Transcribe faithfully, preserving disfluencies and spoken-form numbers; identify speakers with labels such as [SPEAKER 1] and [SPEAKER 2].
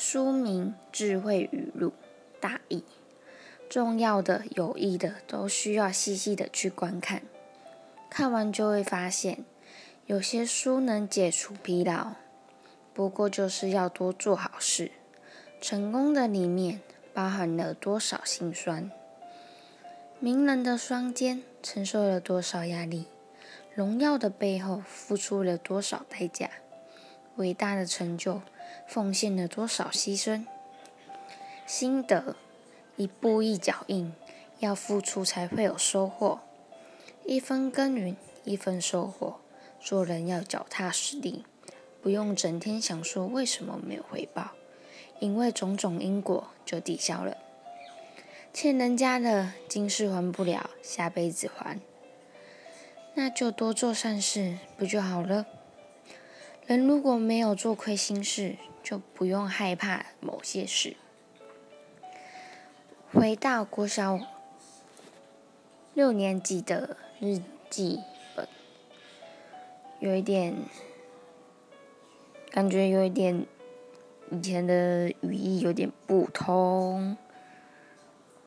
[SPEAKER 1] 书名《智慧语录》，大意：重要的、有益的都需要细细的去观看，看完就会发现，有些书能解除疲劳，不过就是要多做好事。成功的里面包含了多少辛酸？名人的双肩承受了多少压力？荣耀的背后付出了多少代价？伟大的成就奉献了多少牺牲？心得：一步一脚印，要付出才会有收获。一分耕耘一分收获，做人要脚踏实地，不用整天想说为什么没有回报，因为种种因果就抵消了。欠人家的今世还不了，下辈子还，那就多做善事不就好了？人如果没有做亏心事，就不用害怕某些事。回到国小六年级的日记本，有一点感觉有一点以前的语义有点不同，